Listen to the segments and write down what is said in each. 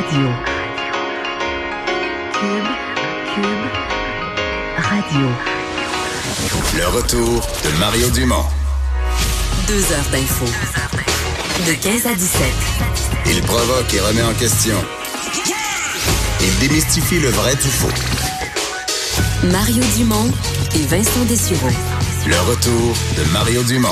Radio. Cube Radio. Le retour de Mario Dumont. 2 heures d'info. De 15 à 17. Il provoque et remet en question. Il démystifie le vrai du faux. Mario Dumont et Vincent Dessureau. Le retour de Mario Dumont.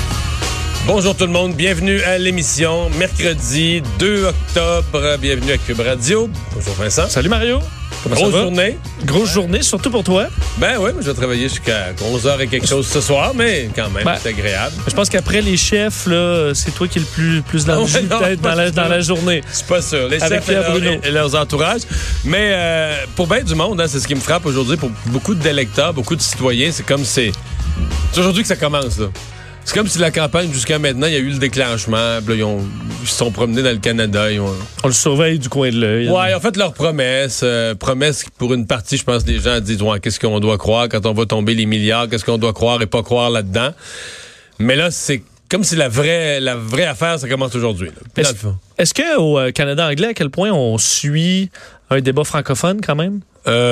Bonjour tout le monde, bienvenue à l'émission, mercredi 2 octobre, bienvenue à Cube Radio. Bonjour Vincent. Salut Mario. Comment Grosse ça va? journée. Grosse journée, surtout pour toi. Ben oui, je vais travailler jusqu'à 11h et quelque chose ce soir, mais quand même, c'est agréable. Je pense qu'après les chefs, là, c'est toi qui es le plus dans le jus peut-être dans la journée. C'est pas sûr. Les avec chefs et leurs entourages. Mais pour bien du monde, c'est ce qui me frappe aujourd'hui. Pour beaucoup d'électeurs, beaucoup de citoyens, c'est comme c'est aujourd'hui que ça commence, là. C'est comme si la campagne, jusqu'à maintenant, il y a eu le déclenchement. Puis là, ils se sont promenés dans le Canada. On le surveille du coin de l'œil. Ouais, ils ont fait leurs promesses. Promesses qui, pour une partie, je pense, des gens disent qu'est-ce qu'on doit croire quand on va tomber les milliards? Qu'est-ce qu'on doit croire et pas croire là-dedans? Mais là, c'est comme si la vraie affaire, ça commence aujourd'hui. Est-ce qu'au Canada anglais, à quel point on suit un débat francophone quand même?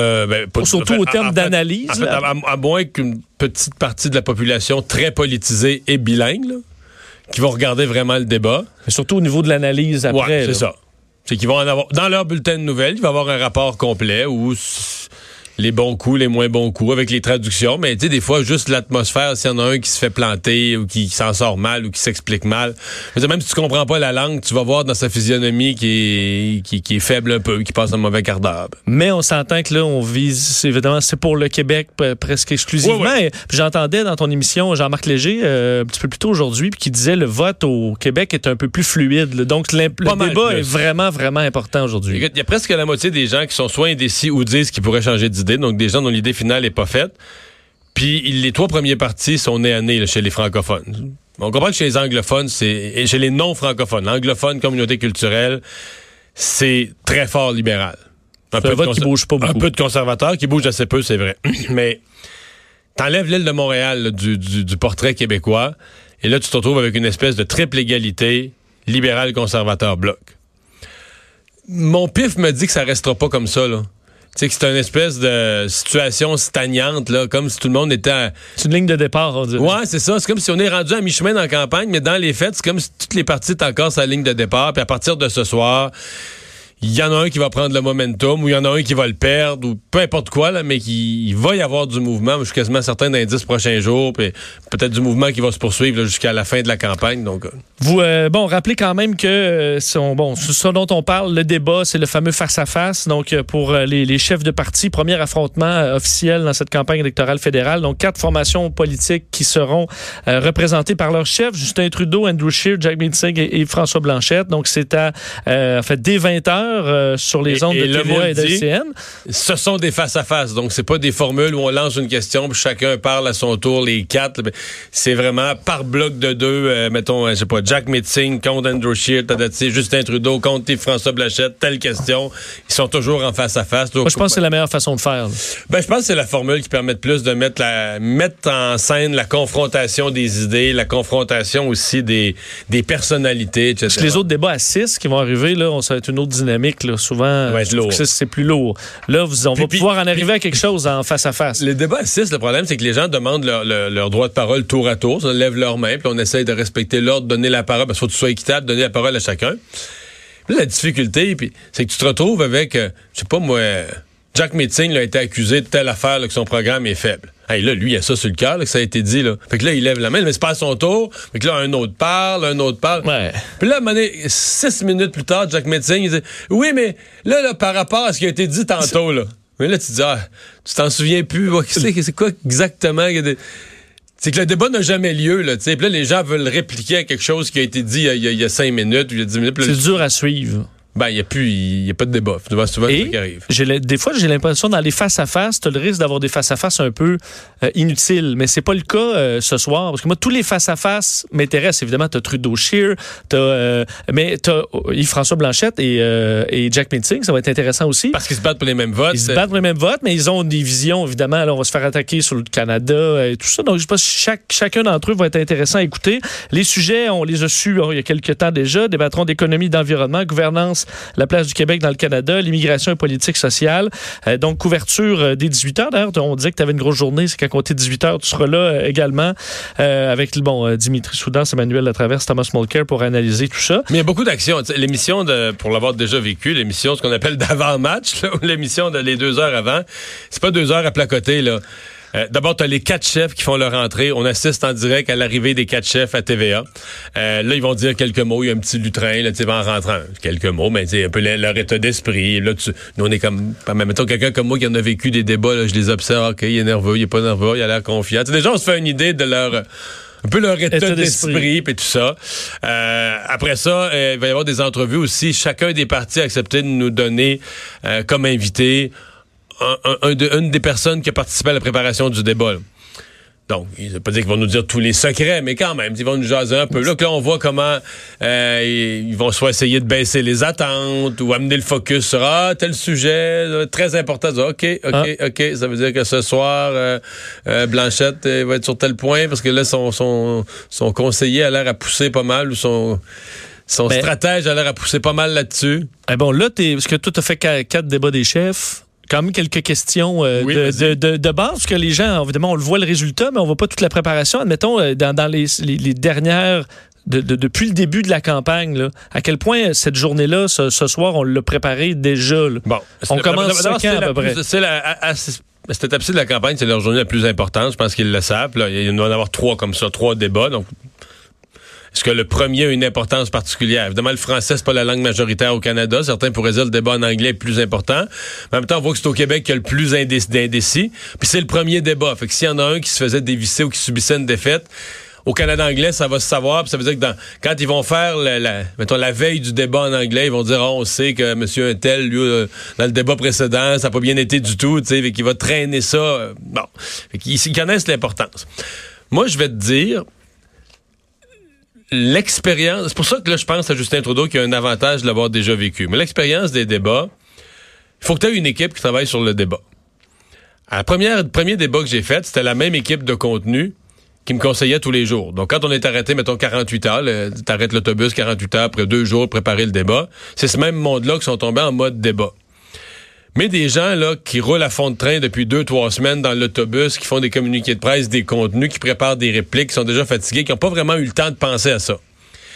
Surtout au terme d'analyse. En fait, à moins qu'une petite partie de la population très politisée et bilingue, là, qui vont regarder vraiment le débat. Mais surtout au niveau de l'analyse après. Ouais, c'est ça. C'est qu'ils vont en avoir dans leur bulletin de nouvelles, il va y avoir un rapport complet où les bons coups, les moins bons coups, avec les traductions. Mais tu sais, des fois, juste l'atmosphère, s'il y en a un qui se fait planter ou qui s'en sort mal ou qui s'explique mal. Même si tu comprends pas la langue, tu vas voir dans sa physionomie qui est faible un peu, qui passe un mauvais quart d'heure. Mais on s'entend que là, on vise, évidemment, c'est pour le Québec presque exclusivement. Ouais. Puis j'entendais dans ton émission Jean-Marc Léger, un petit peu plus tôt aujourd'hui, puis qui disait le vote au Québec est un peu plus fluide. Là. Donc le débat est vraiment, vraiment important aujourd'hui. Il y a presque la moitié des gens qui sont soit indécis ou disent qu'ils pourraient changer d'idée. Donc, des gens dont l'idée finale n'est pas faite. Puis, les 3 premiers partis sont nés à nez chez les francophones. On comprend que chez les anglophones, et chez les non-francophones, anglophones, communauté culturelle, c'est très fort libéral. Un vote qui bouge pas beaucoup. Un peu de conservateurs qui bougent assez peu, c'est vrai. Mais t'enlèves l'île de Montréal là, du portrait québécois, et là, tu te retrouves avec une espèce de triple égalité libéral-conservateur-bloc. Mon pif me dit que ça restera pas comme ça, là. Tu sais que c'est une espèce de situation stagnante, là, comme si tout le monde était C'est une ligne de départ, on dirait. Ouais, c'est ça. C'est comme si on est rendu à mi-chemin dans la campagne, mais dans les faits, c'est comme si toutes les parties étaient encore sur la ligne de départ, puis à partir de ce soir, il y en a un qui va prendre le momentum, ou il y en a un qui va le perdre, ou peu importe quoi, là, mais il va y avoir du mouvement. Je suis quasiment certain dans les 10 prochains jours, puis peut-être du mouvement qui va se poursuivre là, jusqu'à la fin de la campagne. Donc, Vous, rappelez quand même que ce dont on parle, le débat, c'est le fameux face-à-face. Donc, pour les chefs de parti, premier affrontement officiel dans cette campagne électorale fédérale. Donc, 4 formations politiques qui seront représentées par leurs chefs, Justin Trudeau, Andrew Scheer, Jagmeet Singh et François Blanchet. Donc, c'est dès 20h. Sur les ondes de TVA et de LCN. Ce sont des face-à-face, donc c'est pas des formules où on lance une question puis chacun parle à son tour, les 4. C'est vraiment par bloc de 2, mettons, je sais pas, Jagmeet Singh contre Andrew Scheer, Justin Trudeau contre François Blanchet, telle question. Ils sont toujours en face-à-face. Moi, je pense que c'est la meilleure façon de faire. Je pense que c'est la formule qui permet de plus de mettre en scène la confrontation des idées, la confrontation aussi des personnalités, etc. Parce que les autres débats à 6 qui vont arriver, là, ça va être une autre dynamique. Là, souvent, c'est plus lourd. Là, on va pouvoir en arriver à quelque chose en face à face. Les débats à 6, le problème, c'est que les gens demandent leur droit de parole tour à tour. Ils lèvent leurs mains, puis on essaye de respecter l'ordre, donner la parole, parce qu'il faut que tu sois équitable, donner la parole à chacun. Puis là, la difficulté, c'est que tu te retrouves avec, je sais pas moi, Jagmeet Singh a été accusé de telle affaire, là, que son programme est faible. Hey, là, lui, il a ça sur le cœur, là, que ça a été dit, là. Fait que là, il lève la main, mais c'est pas à son tour. Fait que là, un autre parle. Ouais. Puis là, 6 minutes plus tard, Jagmeet Singh, il dit, oui, mais là, par rapport à ce qui a été dit tantôt, là. Mais là, tu te dis, tu t'en souviens plus. C'est quoi exactement? C'est que le débat n'a jamais lieu, là, tu sais. Puis là, les gens veulent répliquer à quelque chose qui a été dit il y a 5 minutes ou il y a 10 minutes. C'est dur à suivre. Il n'y a pas de débat. Souvent, c'est ça qui arrive. Des fois, j'ai l'impression, dans les face-à-face, tu as le risque d'avoir des face-à-face un peu inutiles. Mais c'est pas le cas ce soir. Parce que moi, tous les face-à-face m'intéressent. Évidemment, tu as Trudeau-Scheer, mais tu as Yves-François Blanchet et Jagmeet Singh. Ça va être intéressant aussi. Parce qu'ils se battent pour les mêmes votes. Ils se battent pour les mêmes votes, mais ils ont des visions, évidemment. Là, on va se faire attaquer sur le Canada et tout ça. Donc, je pense que chacun d'entre eux va être intéressant à écouter. Les sujets, on les a su il y a quelques temps déjà. Débattrons d'économie, d'environnement, gouvernance la place du Québec dans le Canada, l'immigration et politique sociale. Donc, couverture dès 18h. D'ailleurs, on disait que tu avais une grosse journée, c'est qu'à compter de 18h, tu seras là également avec Dimitri Soudance, Emmanuel Latraverse, Thomas Mulcair pour analyser tout ça. Mais il y a beaucoup d'actions. L'émission, pour l'avoir déjà vécu, l'émission, ce qu'on appelle d'avant-match, là, ou l'émission de les 2 heures avant, c'est pas 2 heures à placoter, là. D'abord, tu as les 4 chefs qui font leur entrée. On assiste en direct à l'arrivée des 4 chefs à TVA. Là, ils vont dire quelques mots. Il y a un petit lutrin, là, tu sais, en rentrant. Quelques mots, mais un peu leur état d'esprit. Là, nous, on est comme... Mettons, quelqu'un comme moi qui en a vécu des débats, là, je les observe. OK, il est nerveux, il est pas nerveux, il a l'air confiant. T'sais, déjà, on se fait une idée de leur... un peu leur état d'esprit et tout ça. Après ça, il va y avoir des entrevues aussi. Chacun des partis a accepté de nous donner comme invité une des personnes qui a participé à la préparation du débat. Là. Donc, ça veut pas dire qu'ils vont nous dire tous les secrets, mais quand même, ils vont nous jaser un peu. Là, on voit comment ils vont soit essayer de baisser les attentes ou amener le focus sur tel sujet, très important. OK, ça veut dire que ce soir, Blanchette va être sur tel point, parce que là, son conseiller a l'air à pousser pas mal, ou son stratège a l'air à pousser pas mal là-dessus. Là, parce que toi, tu as fait 4 débats des chefs. Quand même quelques questions de base, parce que les gens, évidemment, on le voit le résultat, mais on voit pas toute la préparation. Admettons, dans les dernières... depuis le début de la campagne, là, à quel point cette journée-là, ce soir, on l'a préparé déjà. Là. Bon, on commence 5 ans à peu près. Cette étape-ci de la campagne, c'est leur journée la plus importante. Je pense qu'ils le savent. Là. Il va en avoir 3 comme ça, 3 débats. Donc, est-ce que le premier a une importance particulière? Évidemment, le français, c'est pas la langue majoritaire au Canada. Certains pourraient dire que le débat en anglais est plus important. Mais en même temps, on voit que c'est au Québec qu'il y a le plus d'indécis. Puis c'est le premier débat. Fait que s'il y en a un qui se faisait dévisser ou qui subissait une défaite, au Canada anglais, ça va se savoir. Puis ça veut dire que quand ils vont faire la veille du débat en anglais, ils vont dire on sait que monsieur untel, lui, dans le débat précédent, ça n'a pas bien été du tout. Tu sais, fait qu'il va traîner ça. Bon. Fait qu'ils connaissent l'importance. Moi, je vais te dire... L'expérience, c'est pour ça que là, je pense à Justin Trudeau qui a un avantage de l'avoir déjà vécu. Mais l'expérience des débats, il faut que tu aies une équipe qui travaille sur le débat. À le premier débat que j'ai fait, c'était la même équipe de contenu qui me conseillait tous les jours. Donc, quand on est arrêté, mettons 48 heures, t'arrêtes l'autobus 48 heures, après 2 jours, préparer le débat, c'est ce même monde-là qui sont tombés en mode débat. Mais des gens là qui roulent à fond de train depuis 2-3 semaines dans l'autobus, qui font des communiqués de presse, des contenus, qui préparent des répliques, qui sont déjà fatigués, qui n'ont pas vraiment eu le temps de penser à ça.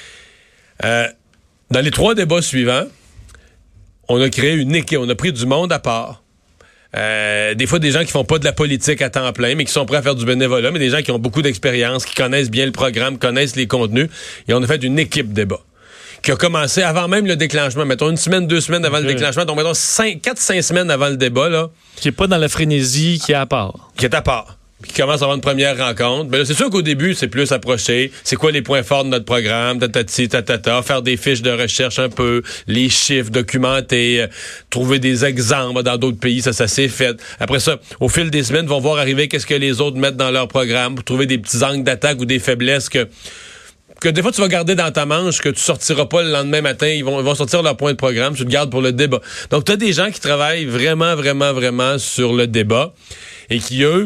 Dans les 3 débats suivants, on a créé une équipe, on a pris du monde à part. Des fois, des gens qui font pas de la politique à temps plein, mais qui sont prêts à faire du bénévolat, mais des gens qui ont beaucoup d'expérience, qui connaissent bien le programme, connaissent les contenus. Et on a fait une équipe débat qui a commencé avant même le déclenchement. Mettons 1 semaine, 2 semaines avant le déclenchement. Donc, mettons 4-5 semaines avant le débat, là. Qui est pas dans la frénésie, qui est à part. Qui est à part. Puis qui commence à avoir une première rencontre. Ben là, c'est sûr qu'au début, c'est plus approché. C'est quoi les points forts de notre programme? Faire des fiches de recherche un peu, les chiffres, documenter, trouver des exemples dans d'autres pays. Ça s'est fait. Après ça, au fil des semaines, ils vont voir arriver qu'est-ce que les autres mettent dans leur programme pour trouver des petits angles d'attaque ou des faiblesses que des fois tu vas garder dans ta manche, que tu sortiras pas le lendemain matin, ils vont sortir leur point de programme, tu le gardes pour le débat. Donc tu as des gens qui travaillent vraiment, vraiment, vraiment sur le débat et qui, eux,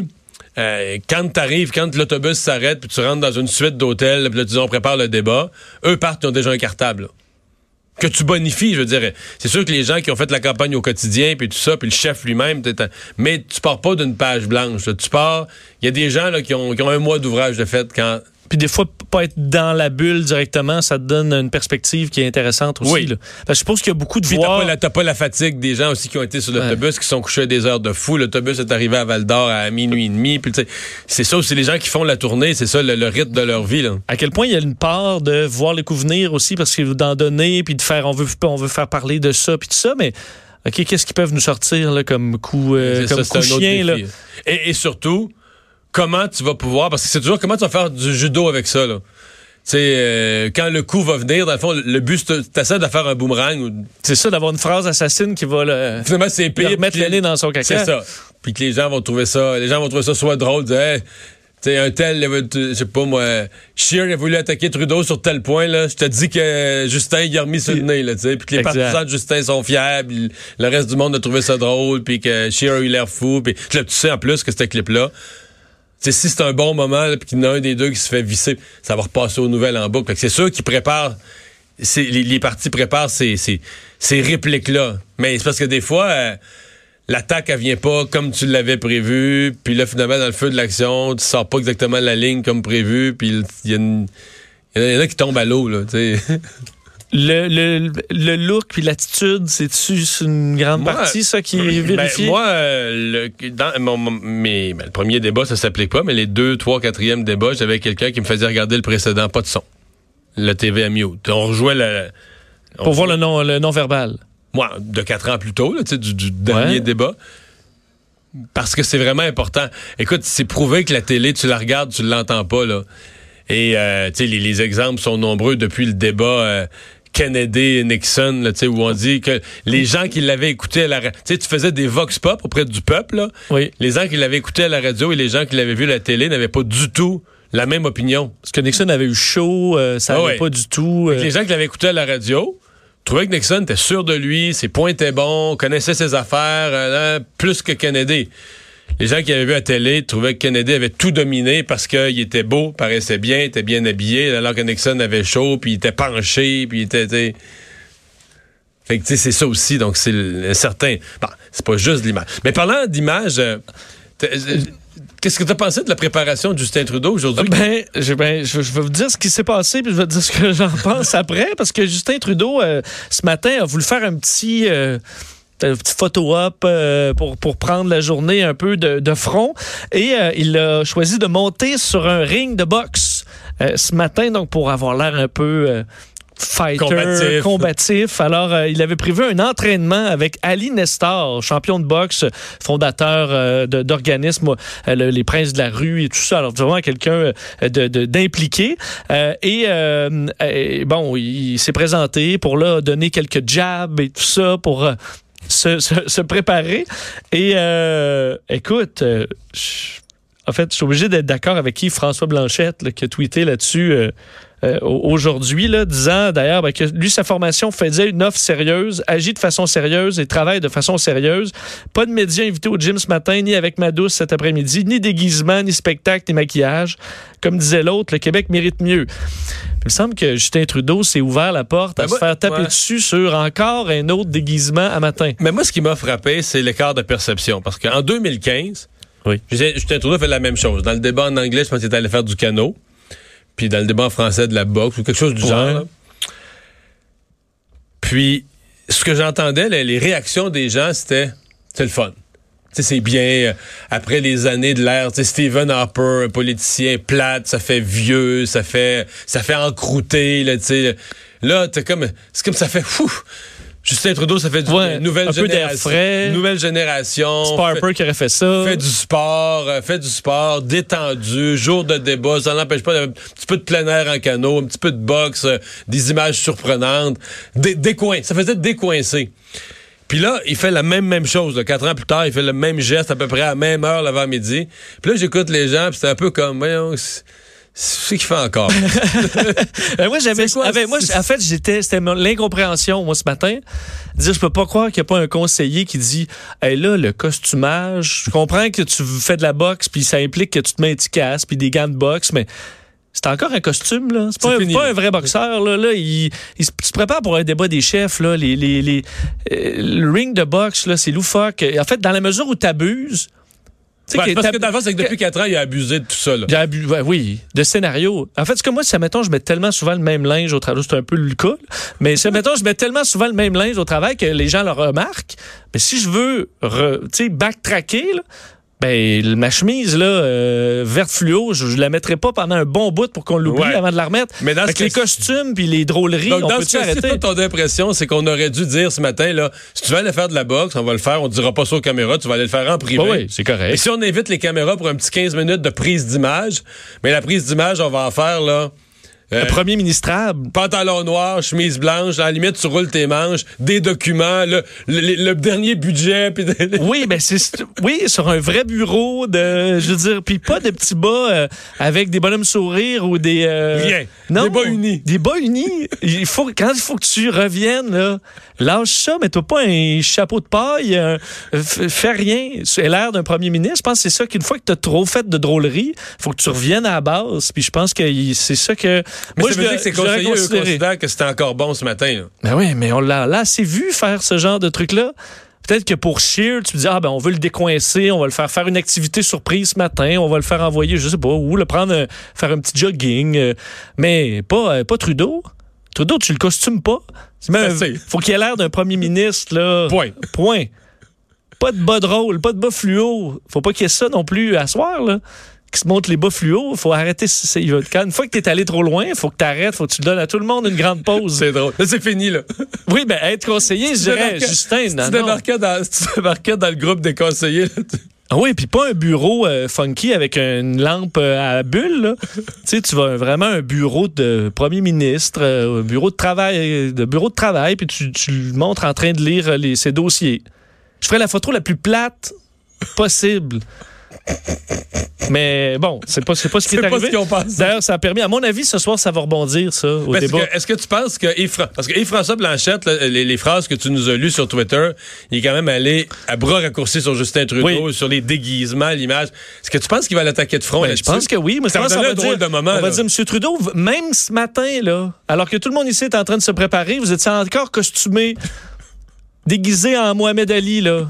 quand l'autobus s'arrête puis tu rentres dans une suite d'hôtels, puis là, disons, on prépare le débat, eux partent, ils ont déjà un cartable, là. Que tu bonifies, je veux dire. C'est sûr que les gens qui ont fait la campagne au quotidien, puis tout ça, puis le chef lui-même, mais tu pars pas d'une page blanche, là. Tu pars... Il y a des gens là qui ont 1 mois d'ouvrage de fait quand... Puis des fois, pas être dans la bulle directement, ça te donne une perspective qui est intéressante aussi. Oui. Là. Parce que je suppose qu'il y a beaucoup de puis voix... t'as pas la fatigue des gens aussi qui ont été sur l'autobus, qui sont couchés à des heures de fou. L'autobus est arrivé à Val-d'Or à minuit et demi. Puis c'est ça aussi, les gens qui font la tournée, c'est ça le rythme de leur vie. Là. À quel point il y a une part de voir les coups venir aussi, parce que d'en donner, puis de faire, on veut faire parler de ça, puis tout ça, mais... OK, qu'est-ce qu'ils peuvent nous sortir là, comme coup chien? Là? Et surtout... Comment tu vas pouvoir... Parce que c'est toujours comment tu vas faire du judo avec ça, là. Tu sais, quand le coup va venir, dans le fond, le but, c'est t'essaies de faire un boomerang. C'est ça, d'avoir une phrase assassine qui va finalement, c'est pire, remettre le nez dans son caca. C'est ça. Puis que les gens vont trouver ça soit drôle, dire, hey, tu sais, un tel, je sais pas moi, Scheer a voulu attaquer Trudeau sur tel point, là. Je te dis que Justin, il a remis sur le nez, là, tu sais. Puis que les partisans de Justin sont fiers, puis le reste du monde a trouvé ça drôle, puis que Scheer a eu l'air fou, puis là, tu sais en plus que ce clip-là, t'sais, si c'est un bon moment, puis qu'il y en a un des deux qui se fait visser, ça va repasser aux nouvelles en boucle. Fait que c'est sûr qu'ils préparent les partis préparent ces répliques-là. Mais c'est parce que des fois, l'attaque, elle vient pas comme tu l'avais prévu, puis là, finalement, dans le feu de l'action, tu sors pas exactement la ligne comme prévu, puis il y en a qui tombent à l'eau, là, tu sais. Le look puis l'attitude, c'est une grande partie, ça, qui est vérifié? Le premier débat, ça s'applique pas, mais les 2, 3, 4e débats, j'avais quelqu'un qui me faisait regarder le précédent, pas de son. Le TV à mute. On rejouait pour voir le non-verbal. Moi, de 4 ans plus tôt, là, du dernier débat. Parce que c'est vraiment important. Écoute, c'est prouvé que la télé, tu la regardes, tu l'entends pas, là. Et, les exemples sont nombreux depuis le débat Kennedy-Nixon, là, où on dit que les gens qui l'avaient écouté à la radio, tu faisais des vox pop auprès du peuple, là. Oui. Les gens qui l'avaient écouté à la radio et les gens qui l'avaient vu à la télé n'avaient pas du tout la même opinion. Parce que Nixon avait eu chaud, ça n'avait pas du tout... Les gens qui l'avaient écouté à la radio trouvaient que Nixon était sûr de lui, ses points étaient bons, connaissait ses affaires, plus que Kennedy. Les gens qui avaient vu à la télé trouvaient que Kennedy avait tout dominé parce qu'il était beau, paraissait bien, était bien habillé, alors que Nixon avait chaud, puis il était penché, puis il était... Fait que, tu sais, c'est ça aussi, donc c'est certain... Bon, c'est pas juste de l'image. Mais parlant d'image... Qu'est-ce que tu as pensé de la préparation de Justin Trudeau aujourd'hui? Je vais vous dire ce qui s'est passé, puis je vais te dire ce que j'en pense après, parce que Justin Trudeau, ce matin, a voulu faire un petit photo-op pour prendre la journée un peu de front, et il a choisi de monter sur un ring de boxe ce matin, donc pour avoir l'air un peu... fighter, combatif. Alors, il avait prévu un entraînement avec Ali Nestor, champion de boxe, fondateur d'organismes, les Princes de la rue et tout ça. Alors, vraiment quelqu'un d'impliqué. Bon, il s'est présenté pour là donner quelques jabs et tout ça pour se préparer. Et écoute, en fait, je suis obligé d'être d'accord avec François Blanchette, là, qui a tweeté là-dessus aujourd'hui, là, disant d'ailleurs que lui, sa formation faisait une offre sérieuse, agit de façon sérieuse et travaille de façon sérieuse. Pas de médias invités au gym ce matin, ni avec ma douce cet après-midi, ni déguisement, ni spectacle, ni maquillage. Comme disait l'autre, le Québec mérite mieux. Il me semble que Justin Trudeau s'est ouvert la porte à se faire taper dessus sur encore un autre déguisement à matin. Mais moi, ce qui m'a frappé, c'est l'écart de perception. Parce qu'en 2015, Justin Trudeau fait la même chose. Dans le débat en anglais, je pense qu'il était allé faire du canot. Puis dans le débat en français, de la boxe ou quelque chose du genre. Là. Puis, ce que j'entendais, les réactions des gens, c'était le fun. Tu sais, c'est bien, après les années de l'ère, tu sais, Stephen Harper, un politicien plate, ça fait vieux, ça fait encrouté, là, tu sais. Là, c'est comme ça fait fou. Justin Trudeau, ça fait une nouvelle génération. C'est pas Harper qui aurait fait ça. Fait du sport, détendu, jour de débat, ça n'empêche pas un petit peu de plein air en canot, un petit peu de boxe, des images surprenantes, ça faisait décoincer. Puis là, il fait la même chose. Là. 4 ans plus tard, il fait le même geste à peu près à la même heure l'avant-midi. Puis là, j'écoute les gens, puis c'est un peu comme... C'est ce qu'il fait encore. Moi, en fait, c'était l'incompréhension, moi, ce matin. Dire, je peux pas croire qu'il n'y a pas un conseiller qui dit, hey, là, le costumage, je comprends que tu fais de la boxe, puis ça implique que tu te mets un petit casque, puis des gants de boxe, mais c'est encore un costume, là. C'est pas un vrai boxeur, là. Là, il se prépare pour un débat des chefs, là. Le ring de boxe, là, c'est loufoque. En fait, dans la mesure où t'abuses, parce que dans le fond, c'est que depuis 4 ans, il a abusé de tout ça. Là. Oui, de scénario. En fait, c'est que moi, si, mettons, je mets tellement souvent le même linge au travail, c'est un peu le cas, mais si, mettons, je mets tellement souvent le même linge au travail que les gens le remarquent, mais si je veux, backtracker, là, ma chemise là verte fluo, je la mettrai pas pendant un bon bout pour qu'on l'oublie avant de la remettre. Mais avec les costumes puis les drôleries, donc, on peut-tu arrêter? Donc, ton impression, c'est qu'on aurait dû dire ce matin, là, si tu veux aller faire de la boxe, on va le faire, on dira pas ça aux caméras, tu vas aller le faire en privé. Oui, c'est correct. Et si on invite les caméras pour un petit 15 minutes de prise d'image, mais la prise d'image, on va en faire, là... Un premier ministrable. Pantalon noir, chemise blanche, à la limite, tu roules tes manches, des documents, le dernier budget. Pis oui, sur un vrai bureau, je veux dire, puis pas de petits bas avec des bonhommes sourires ou des... Rien. Non, des bas unis. Des bas unis. Quand il faut que tu reviennes, là, lâche ça, mets-toi pas un chapeau de paille, fais rien. C'est l'air d'un premier ministre. Je pense que c'est ça qu'une fois que t'as trop fait de drôleries, faut que tu reviennes à la base. Puis je pense que c'est ça que Mais moi, ça veut dire que ces conseillers, eux, considèrent que c'était encore bon ce matin. Là. Ben oui, mais on l'a assez vu faire ce genre de truc-là. Peut-être que pour Scheer, tu te dis, on veut le décoincer, on va le faire une activité surprise ce matin, on va le faire envoyer, je sais pas où, faire un petit jogging, mais pas Trudeau. Trudeau, tu le costumes pas. Faut qu'il ait l'air d'un premier ministre, là. Point. Pas de bas drôle, pas de bas fluo. Faut pas qu'il y ait ça non plus à soir, là. Qui se montre les bas fluo, faut arrêter. Une fois que t'es allé trop loin, faut que t'arrêtes, faut que tu donnes à tout le monde une grande pause. C'est drôle. Là, c'est fini, là. Oui, être conseiller, je dirais, Justin, tu débarquais dans le groupe des conseillers, là, oui, puis pas un bureau funky avec une lampe à bulle, là. Tu sais, tu vas vraiment un bureau de premier ministre, un bureau de travail, puis tu le montres en train de lire ses dossiers. Je ferais la photo la plus plate possible. Mais bon, c'est pas ce qui est arrivé. Pas ce qu'on pense. D'ailleurs, ça a permis, à mon avis, ce soir, ça va rebondir, ça, au débat. Est-ce que tu penses que parce que Yves-François Blanchette, là, les phrases que tu nous as lues sur Twitter, il est quand même allé à bras raccourcis sur Justin Trudeau, sur les déguisements, l'image. Est-ce que tu penses qu'il va l'attaquer de front là-dessus? Je pense que oui. Moi, ça va donner un drôle de moment. On va dire, M. Trudeau, même ce matin, là, alors que tout le monde ici est en train de se préparer, vous étiez encore costumé, déguisé en Mohamed Ali, là.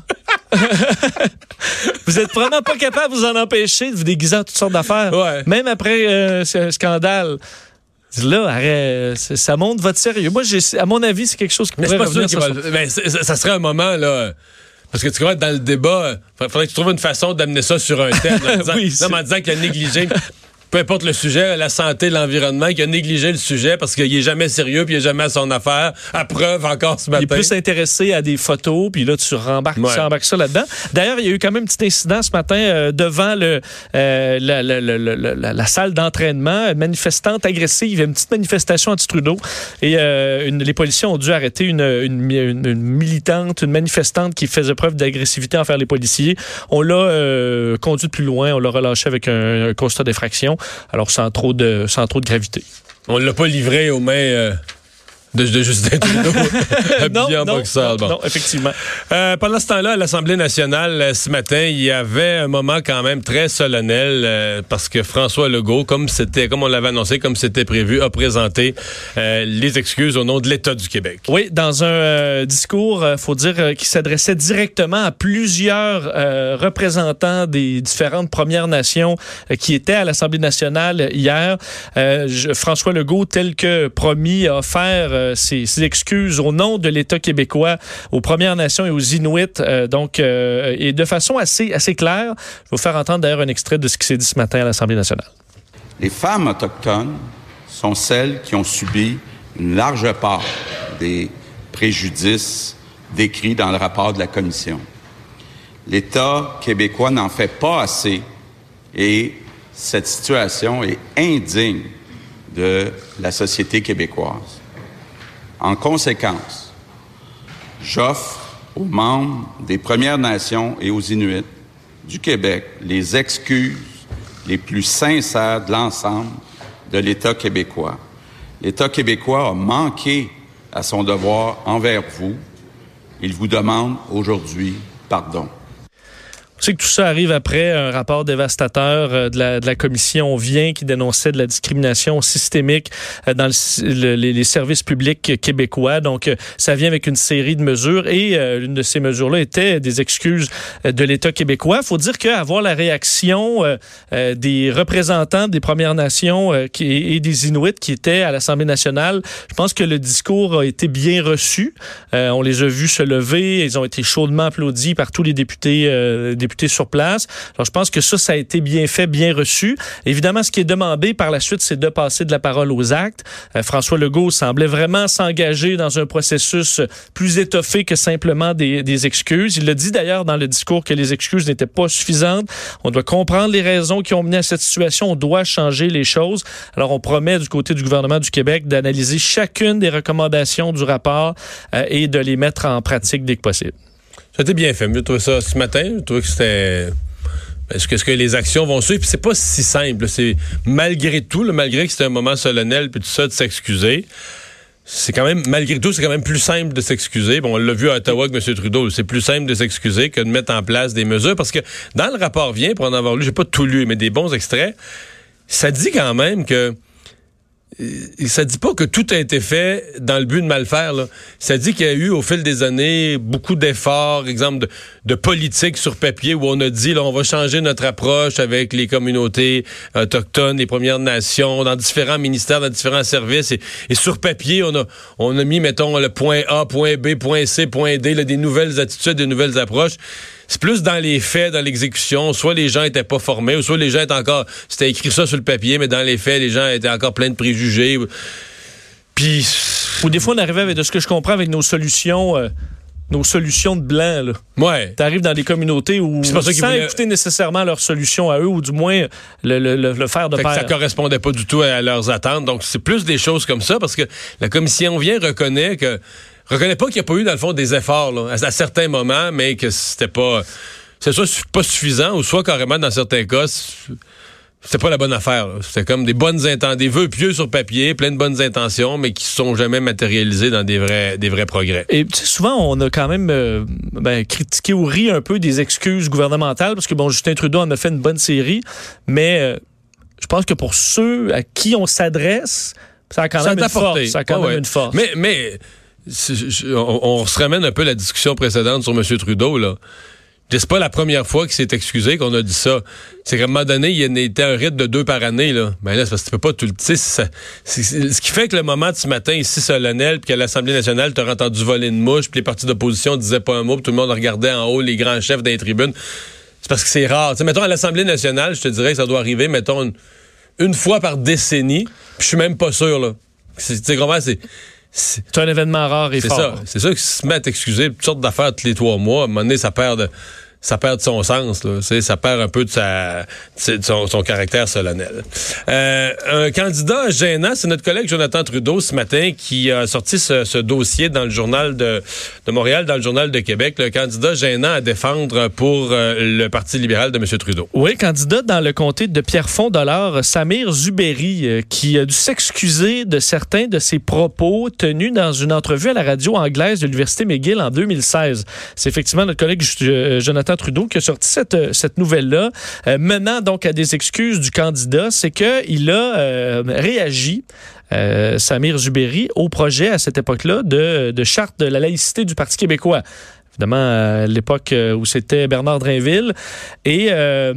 Vous êtes vraiment pas capable de vous en empêcher de vous déguiser en toutes sortes d'affaires. Ouais. Même après ce scandale. Là, arrête, ça montre votre sérieux. Moi, à mon avis, c'est quelque chose qui pourrait revenir. Ça serait un moment, là... Parce que tu vois, dans le débat, il faudrait que tu trouves une façon d'amener ça sur un thème. En disant qu'il a négligé... Peu importe le sujet, la santé, l'environnement, qui a négligé le sujet parce qu'il est jamais sérieux puis il est jamais à son affaire. À preuve, encore ce matin. Il est plus intéressé à des photos, puis là, tu rembarques ça là-dedans. D'ailleurs, il y a eu quand même un petit incident ce matin devant la salle d'entraînement. Une manifestante agressive, il y a une petite manifestation anti-Trudeau. Et les policiers ont dû arrêter une militante, une manifestante qui faisait preuve d'agressivité envers les policiers. On l'a conduite plus loin, on l'a relâché avec un constat d'effraction. Alors, sans trop de gravité. On ne l'a pas livré aux mains de Justin Trudeau, habillé en boxeur. Non, effectivement. Pendant ce temps-là, à l'Assemblée nationale, ce matin, il y avait un moment quand même très solennel parce que François Legault, comme on l'avait annoncé, comme c'était prévu, a présenté les excuses au nom de l'État du Québec. Oui, dans un discours, faut dire, qui s'adressait directement à plusieurs représentants des différentes Premières Nations qui étaient à l'Assemblée nationale hier. François Legault, tel que promis, a offert ses excuses au nom de l'État québécois aux Premières Nations et aux Inuits, et de façon assez claire. Je vais vous faire entendre d'ailleurs un extrait de ce qui s'est dit ce matin à l'Assemblée nationale. Les femmes autochtones sont celles qui ont subi une large part des préjudices décrits dans le rapport de la Commission. L'État québécois n'en fait pas assez et cette situation est indigne de la société québécoise. En conséquence, j'offre aux membres des Premières Nations et aux Inuits du Québec les excuses les plus sincères de l'ensemble de l'État québécois. L'État québécois a manqué à son devoir envers vous. Il vous demande aujourd'hui pardon. On sait que tout ça arrive après un rapport dévastateur de la Commission Vien qui dénonçait de la discrimination systémique dans les services publics québécois. Donc, ça vient avec une série de mesures et l'une de ces mesures-là était des excuses de l'État québécois. Il faut dire qu'avoir la réaction des représentants des Premières Nations et des Inuits qui étaient à l'Assemblée nationale, je pense que le discours a été bien reçu. On les a vus se lever. Ils ont été chaudement applaudis par tous les députés sur place. Alors, je pense que ça a été bien fait, bien reçu. Évidemment, ce qui est demandé par la suite, c'est de passer de la parole aux actes. François Legault semblait vraiment s'engager dans un processus plus étoffé que simplement des excuses. Il l'a dit d'ailleurs dans le discours que les excuses n'étaient pas suffisantes. On doit comprendre les raisons qui ont mené à cette situation. On doit changer les choses. Alors, on promet du côté du gouvernement du Québec d'analyser chacune des recommandations du rapport et de les mettre en pratique dès que possible. C'était bien fait. J'ai trouvé ça ce matin. Je trouvais que c'était... Est-ce que les actions vont suivre? Puis c'est pas si simple. C'est malgré tout, malgré que c'était un moment solennel puis tout ça, de s'excuser. C'est quand même, malgré tout, c'est quand même plus simple de s'excuser. Bon, on l'a vu à Ottawa avec M. Trudeau. C'est plus simple de s'excuser que de mettre en place des mesures. Parce que dans le rapport Vien, pour en avoir lu, j'ai pas tout lu, mais des bons extraits, ça dit quand même que ça dit pas que tout a été fait dans le but de mal faire, là. Ça dit qu'il y a eu, au fil des années, beaucoup d'efforts, exemple de politique sur papier, où on a dit, là, on va changer notre approche avec les communautés autochtones, les Premières Nations, dans différents ministères, dans différents services. Et sur papier, on a mis, mettons, le point A, point B, point C, point D, là, des nouvelles attitudes, des nouvelles approches. C'est plus dans les faits, dans l'exécution. Soit les gens étaient pas formés, ou soit les gens étaient encore... C'était écrit ça sur le papier, mais dans les faits, les gens étaient encore pleins de préjugés. Puis... Ou des fois, on arrivait avec, de ce que je comprends, avec nos solutions de blanc, là. Ouais. T'arrives dans des communautés où, sans écouter nécessairement leurs solutions à eux, ou du moins le faire de pair. Ça correspondait pas du tout à leurs attentes. Donc, c'est plus des choses comme ça, parce que la commission reconnaît pas qu'il n'y a pas eu, dans le fond, des efforts là, à certains moments, mais que c'était pas... C'est soit pas suffisant, ou soit carrément, dans certains cas, c'était pas la bonne affaire. Là. C'était comme des vœux pieux sur papier, plein de bonnes intentions, mais qui ne sont jamais matérialisés dans des vrais progrès. Et souvent, on a quand même critiqué ou ri un peu des excuses gouvernementales, parce que Justin Trudeau en a fait une bonne série, mais je pense que pour ceux à qui on s'adresse, ça a quand même une force. Ça a quand même une force. Mais on se ramène un peu à la discussion précédente sur M. Trudeau, là. C'est pas la première fois qu'il s'est excusé qu'on a dit ça. C'est qu'à un moment donné, il était un rythme de 2 par année, là. Ben là, c'est parce que tu peux pas tout le... Tu sais, ce qui fait que le moment de ce matin, ici, solennel, puis qu'à l'Assemblée nationale, t'aurais entendu voler une mouche, puis les partis d'opposition disaient pas un mot, puis tout le monde regardait en haut les grands chefs des tribunes. C'est parce que c'est rare. Tu sais, mettons, à l'Assemblée nationale, je te dirais que ça doit arriver, mettons, une fois par décennie, puis je suis même pas sûr, là. Tu sais, comment c'est un événement rare et fort. C'est ça que se met à t'excuser toutes sortes d'affaires tous les 3 mois. À un moment donné, ça perd de son sens. Là. Ça perd un peu de son caractère solennel. Un candidat gênant, c'est notre collègue Jonathan Trudeau ce matin qui a sorti ce dossier dans le journal de Montréal, dans le journal de Québec. Le candidat gênant à défendre pour le Parti libéral de M. Trudeau. Oui, candidat dans le comté de Pierrefonds-Dollard, Samir Zuberi, qui a dû s'excuser de certains de ses propos tenus dans une entrevue à la radio anglaise de l'Université McGill en 2016. C'est effectivement notre collègue Jonathan Trudeau qui a sorti cette nouvelle-là, menant donc à des excuses du candidat. C'est qu'il a réagi, Samir Zuberi, au projet à cette époque-là de charte de la laïcité du Parti québécois. Évidemment, à l'époque où c'était Bernard Drainville. Et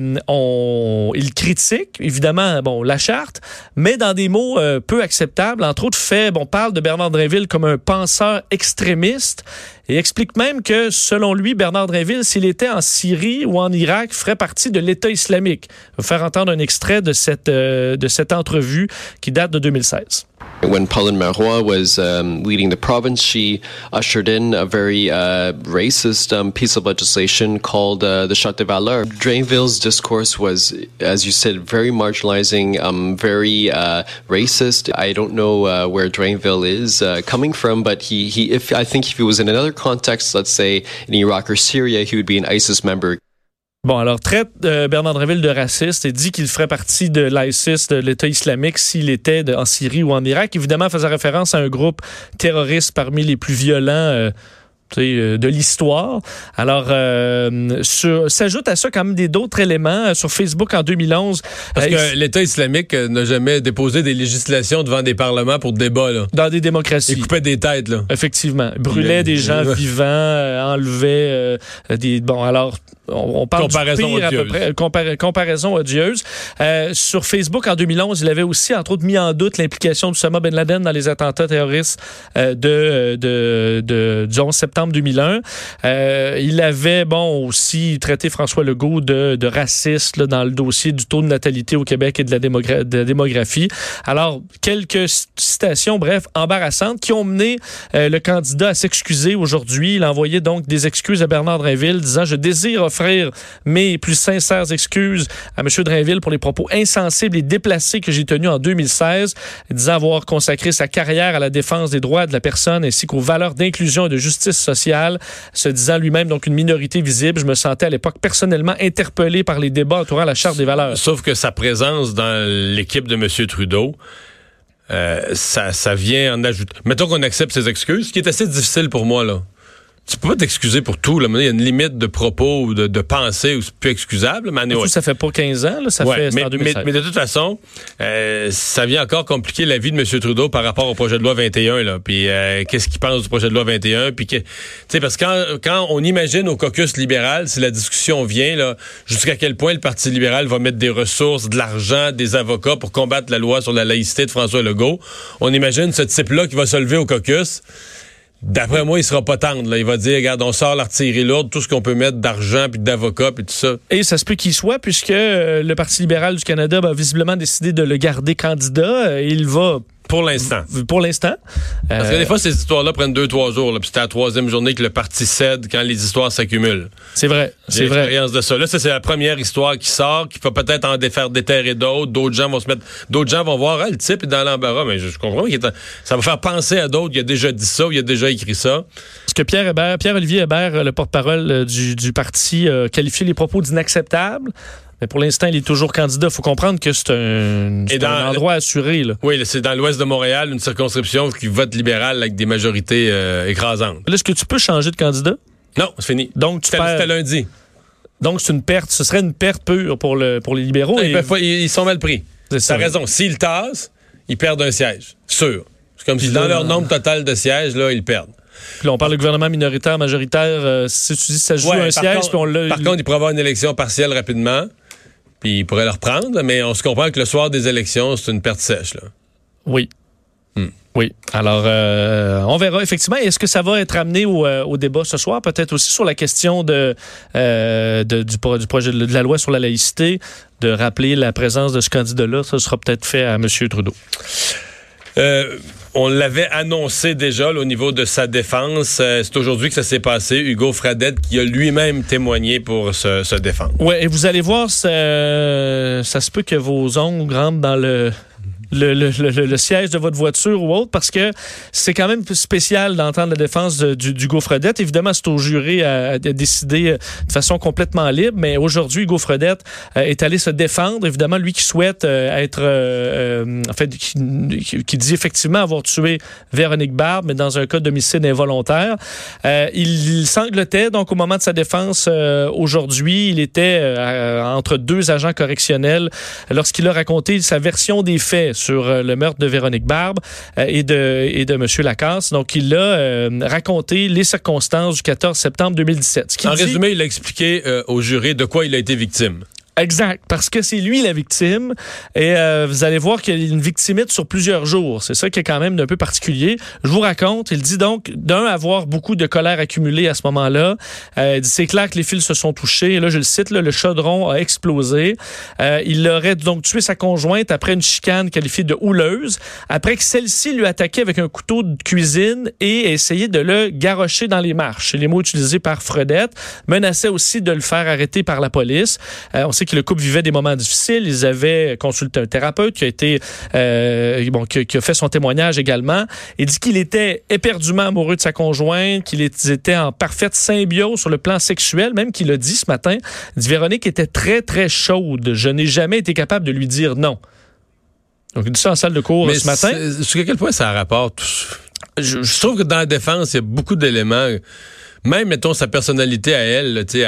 il critique, évidemment, la charte, mais dans des mots peu acceptables. Entre autres faits, parle de Bernard Drainville comme un penseur extrémiste et explique même que, selon lui, Bernard Drainville, s'il était en Syrie ou en Irak, ferait partie de l'État islamique. Je vais faire entendre un extrait de cette entrevue qui date de 2016. When Pauline Marois was leading the province, she ushered in a very racist piece of legislation called the Charte des Valeurs. Drainville's discourse was, as you said, very marginalizing, very racist. I don't know where Drainville is coming from, but I think if he was in another context, let's say in Iraq or Syria, he would be an ISIS member. Alors traite Bernard Drainville de raciste et dit qu'il ferait partie de l'ISIS, de l'État islamique, s'il était en Syrie ou en Irak. Évidemment, faisant référence à un groupe terroriste parmi les plus violents de l'histoire. Alors, s'ajoute à ça quand même d'autres éléments. Sur Facebook, en 2011... Parce que l'État islamique n'a jamais déposé des législations devant des parlements pour débat, là. Dans des démocraties. Il coupait des têtes, là. Effectivement. Brûlait des gens vivants, enlevait des... alors... On parle comparaison du pire, à peu près, comparaison odieuse. Sur Facebook, en 2011, il avait aussi, entre autres, mis en doute l'implication d'Oussama Ben Laden dans les attentats terroristes du 11 septembre 2001. Il avait, aussi traité François Legault de raciste là, dans le dossier du taux de natalité au Québec et de la démographie. Alors, quelques citations, bref, embarrassantes, qui ont mené le candidat à s'excuser aujourd'hui. Il a envoyé donc des excuses à Bernard Drainville, disant « Je désire offrir mes plus sincères excuses à M. Drainville pour les propos insensibles et déplacés que j'ai tenus en 2016, disant avoir consacré sa carrière à la défense des droits de la personne ainsi qu'aux valeurs d'inclusion et de justice sociale, se disant lui-même donc une minorité visible. Je me sentais à l'époque personnellement interpellé par les débats entourant la Charte des valeurs. » Sauf que sa présence dans l'équipe de M. Trudeau, ça vient en ajouter. Mettons qu'on accepte ses excuses, ce qui est assez difficile pour moi, là. tu peux pas t'excuser pour tout. Là. Il y a une limite de propos ou de pensée où c'est plus excusable. Mais Surtout, ça fait pas 15 ans, là, c'est en 2016. Mais de toute façon, ça vient encore compliquer la vie de M. Trudeau par rapport au projet de loi 21. Là. Puis qu'est-ce qu'il pense du projet de loi 21? Puis parce que quand on imagine au caucus libéral, si la discussion vient, là, jusqu'à quel point le Parti libéral va mettre des ressources, de l'argent, des avocats pour combattre la loi sur la laïcité de François Legault, on imagine ce type-là qui va se lever au caucus. D'après moi, il sera pas tendre. Là. Il va dire, regarde, on sort l'artillerie lourde, tout ce qu'on peut mettre d'argent, puis d'avocats, puis tout ça. Et ça se peut qu'il soit, puisque le Parti libéral du Canada a visiblement décidé de le garder candidat. Il va... Pour l'instant. Parce que des fois, ces histoires-là prennent 2-3 jours. Là, puis c'est à la 3e journée que le parti cède quand les histoires s'accumulent. C'est vrai. J'ai l'expérience de ça. Là, c'est la première histoire qui sort, qui va peut-être en défaire déterrer d'autres. D'autres gens vont voir, le type est dans l'embarras. Mais je comprends ça va faire penser à d'autres. Il a déjà dit ça ou il a déjà écrit ça. Parce que Pierre-Olivier Hébert, le porte-parole du parti, qualifie les propos d'inacceptables. Mais pour l'instant, il est toujours candidat. Il faut comprendre que c'est un endroit assuré. Là. Oui, c'est dans l'ouest de Montréal, une circonscription qui vote libéral avec des majorités écrasantes. Là, est-ce que tu peux changer de candidat? Non, c'est fini. Donc, c'était lundi. Donc, c'est une perte. Ce serait une perte pure pour les libéraux. Ils sont mal pris. T'as raison. S'ils tassent, ils perdent un siège. Sûr. C'est comme si dans leur nombre total de sièges, là, ils perdent. Puis là, on parle de gouvernement minoritaire, majoritaire. Si tu dis ça joue un siège, puis on l'a... Par contre, il pourrait y avoir une élection partielle rapidement. Puis il pourrait le reprendre, mais on se comprend que le soir des élections, c'est une perte sèche. Là. Oui. Oui. Alors, on verra effectivement. Est-ce que ça va être amené au débat ce soir? Peut-être aussi sur la question du projet de la loi sur la laïcité, de rappeler la présence de ce candidat-là. Ça sera peut-être fait à M. Trudeau. On l'avait annoncé déjà là, au niveau de sa défense. C'est aujourd'hui que ça s'est passé. Hugo Fradette qui a lui-même témoigné pour se défendre. Oui, et vous allez voir, ça se peut que vos ongles rentrent dans le siège de votre voiture ou autre, parce que c'est quand même spécial d'entendre la défense d'Hugo Fradette. Évidemment, c'est au jury à décider de façon complètement libre, mais aujourd'hui, Hugo Fradette est allé se défendre. Évidemment, lui qui souhaite qui dit effectivement avoir tué Véronique Barbe, mais dans un cas d'homicide involontaire. Il sanglotait, donc, au moment de sa défense aujourd'hui. Il était entre deux agents correctionnels lorsqu'il a raconté sa version des faits sur le meurtre de Véronique Barbe et de M. Lacasse. Donc, il a raconté les circonstances du 14 septembre 2017. En résumé, il a expliqué au jury de quoi il a été victime. Exact, parce que c'est lui la victime et vous allez voir qu'il y a une victimite sur plusieurs jours. C'est ça qui est quand même un peu particulier. Je vous raconte, il dit donc avoir beaucoup de colère accumulée à ce moment-là. Il dit c'est clair que les fils se sont touchés. Et là, je le cite, le chaudron a explosé. Il aurait donc tué sa conjointe après une chicane qualifiée de houleuse, après que celle-ci lui attaquait avec un couteau de cuisine et essayé de le garrocher dans les marches. C'est les mots utilisés par Fradette. Menaçait aussi de le faire arrêter par la police. On sait que le couple vivait des moments difficiles. Ils avaient consulté un thérapeute qui a été qui a fait son témoignage également. Il dit qu'il était éperdument amoureux de sa conjointe, qu'ils étaient en parfaite symbiose sur le plan sexuel, même qu'il a dit ce matin. Il dit Véronique était très, très chaude. Je n'ai jamais été capable de lui dire non. Donc, il dit ça en salle de cours ce matin. Jusqu'à quel point ça rapporte? Je trouve que dans la défense, il y a beaucoup d'éléments. Même, mettons, sa personnalité à elle, tu sais,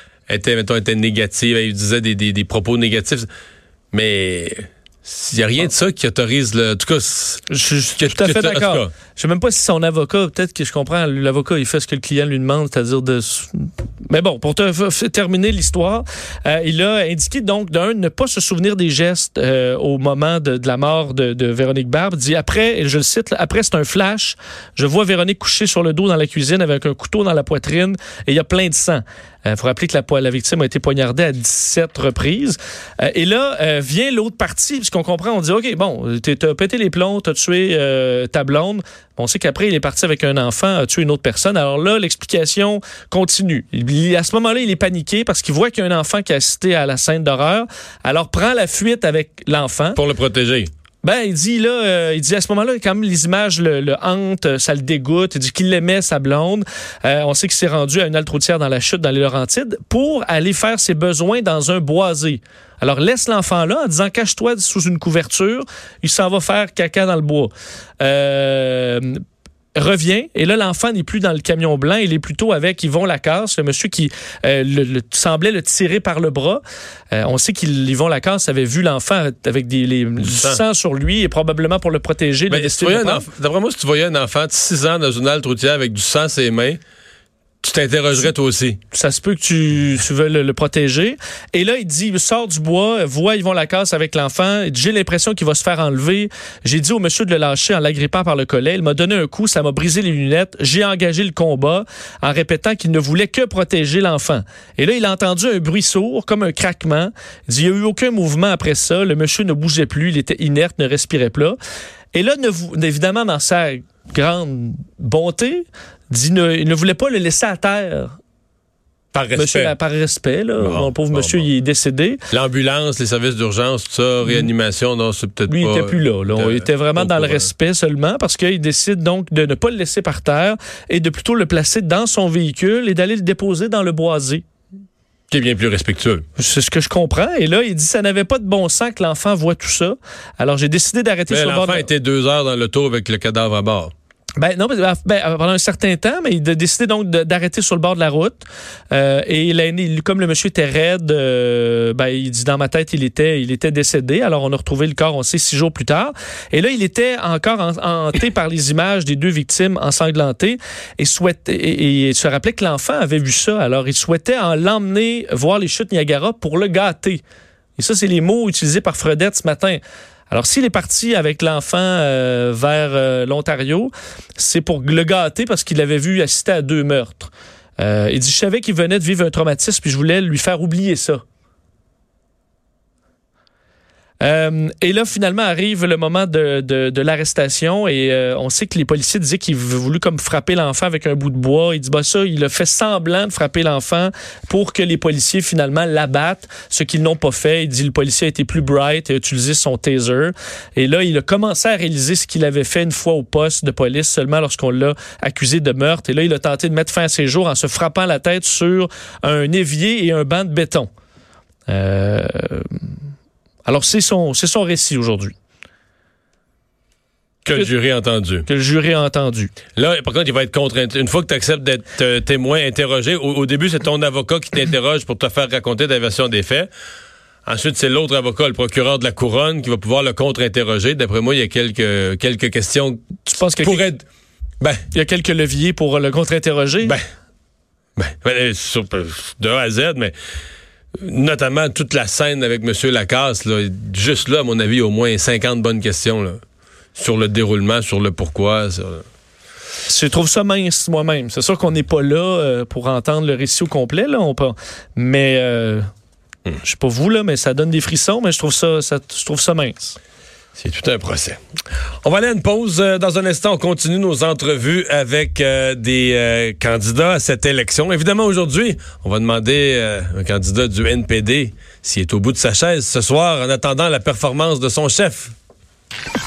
était négative, elle disait des propos négatifs, mais il n'y a rien de ça qui autorise le... En tout cas, je suis tout à fait d'accord. Je sais même pas si son avocat, peut-être que je comprends, l'avocat, il fait ce que le client lui demande, c'est-à-dire de... Mais bon, pour terminer l'histoire, il a indiqué donc de ne pas se souvenir des gestes au moment de la mort de Véronique Barbe. Il dit après, et je le cite, après c'est un flash, je vois Véronique couchée sur le dos dans la cuisine avec un couteau dans la poitrine et il y a plein de sang. Il faut rappeler que la victime a été poignardée à 17 reprises. Et là, vient l'autre partie, puisqu'on comprend, on dit, OK, bon, t'as pété les plombs, t'as tué ta blonde. On sait qu'après, il est parti avec un enfant, a tué une autre personne. Alors là, l'explication continue. À ce moment-là, il est paniqué parce qu'il voit qu'il y a un enfant qui a assisté à la scène d'horreur. Alors, prend la fuite avec l'enfant. Pour le protéger. Il dit à ce moment-là, quand même, les images le hantent, ça le dégoûte. Il dit qu'il aimait sa blonde. On sait qu'il s'est rendu à une halte routière dans la chute, dans les Laurentides, pour aller faire ses besoins dans un boisé. Alors, laisse l'enfant là en disant « Cache-toi sous une couverture ». Il s'en va faire caca dans le bois. revient, et là, l'enfant n'est plus dans le camion blanc, il est plutôt avec Yvon Lacasse, le monsieur qui semblait le tirer par le bras. On sait qu'Yvon Lacasse avait vu l'enfant avec du sang sur lui, et probablement pour le protéger. D'après moi, si tu voyais un enfant de 6 ans dans une halte routière avec du sang à ses mains, tu t'interrogerais toi aussi. Ça se peut que tu veux le protéger. Et là, il sort du bois, voit Yvon Lacasse avec l'enfant. Il dit, j'ai l'impression qu'il va se faire enlever. J'ai dit au monsieur de le lâcher en l'agrippant par le collet. Il m'a donné un coup, ça m'a brisé les lunettes. J'ai engagé le combat en répétant qu'il ne voulait que protéger l'enfant. Et là, il a entendu un bruit sourd, comme un craquement. Il dit, il n'y a eu aucun mouvement après ça. Le monsieur ne bougeait plus, il était inerte, ne respirait plus. Et là, évidemment, dans sa grande bonté, il ne voulait pas le laisser à terre. Par respect. Monsieur, par respect, là. Mon pauvre monsieur, il est décédé. L'ambulance, les services d'urgence, tout ça, réanimation, non, c'est peut-être lui, pas... Lui, il n'était plus là. On était vraiment dans le respect seulement parce qu'il décide donc de ne pas le laisser par terre et de plutôt le placer dans son véhicule et d'aller le déposer dans le boisé. Qui est bien plus respectueux. C'est ce que je comprends. Et là, il dit ça n'avait pas de bon sens que l'enfant voit tout ça. Alors, j'ai décidé d'arrêter sur le bord. L'enfant était 2 heures dans l'auto avec le cadavre à bord. Non, pendant un certain temps, mais il a décidé donc d'arrêter sur le bord de la route. Et l'aîné, comme le monsieur était raide, il dit dans ma tête, il était décédé. Alors, on a retrouvé le corps, on sait, 6 jours plus tard. Et là, il était encore hanté par les images des 2 victimes ensanglantées et se rappelait que l'enfant avait vu ça. Alors, il souhaitait l'emmener voir les chutes Niagara pour le gâter. Et ça, c'est les mots utilisés par Fredette ce matin. Alors, s'il est parti avec l'enfant vers l'Ontario, c'est pour le gâter parce qu'il l'avait vu assister à 2 meurtres. Il dit, je savais qu'il venait de vivre un traumatisme puis je voulais lui faire oublier ça. Et là, finalement, arrive le moment de l'arrestation et on sait que les policiers disaient qu'il voulu comme frapper l'enfant avec un bout de bois. Il dit, il a fait semblant de frapper l'enfant pour que les policiers, finalement, l'abattent, ce qu'ils n'ont pas fait. Il dit, le policier a été plus bright et a utilisé son taser. Et là, il a commencé à réaliser ce qu'il avait fait une fois au poste de police, seulement lorsqu'on l'a accusé de meurtre. Et là, il a tenté de mettre fin à ses jours en se frappant la tête sur un évier et un banc de béton. Alors, c'est son récit aujourd'hui. Que le jury a entendu. Que le jury a entendu. Là, par contre, il va être contraint. Une fois que tu acceptes d'être témoin interrogé, au début, c'est ton avocat qui t'interroge pour te faire raconter ta version des faits. Ensuite, c'est l'autre avocat, le procureur de la Couronne, qui va pouvoir le contre-interroger. D'après moi, il y a quelques questions. Tu penses que il y a quelques leviers pour le contre-interroger? De A à Z, mais... Notamment toute la scène avec M. Lacasse, là, juste là, à mon avis, au moins 50 bonnes questions là, sur le déroulement, sur le pourquoi. Je trouve ça mince moi-même. C'est sûr qu'on n'est pas là pour entendre le récit au complet. Là, mais je sais pas vous, là, mais ça donne des frissons, mais je trouve ça mince. C'est tout un procès. On va aller à une pause. Dans un instant, on continue nos entrevues avec des candidats à cette élection. Évidemment, aujourd'hui, on va demander à un candidat du NPD s'il est au bout de sa chaise ce soir en attendant la performance de son chef.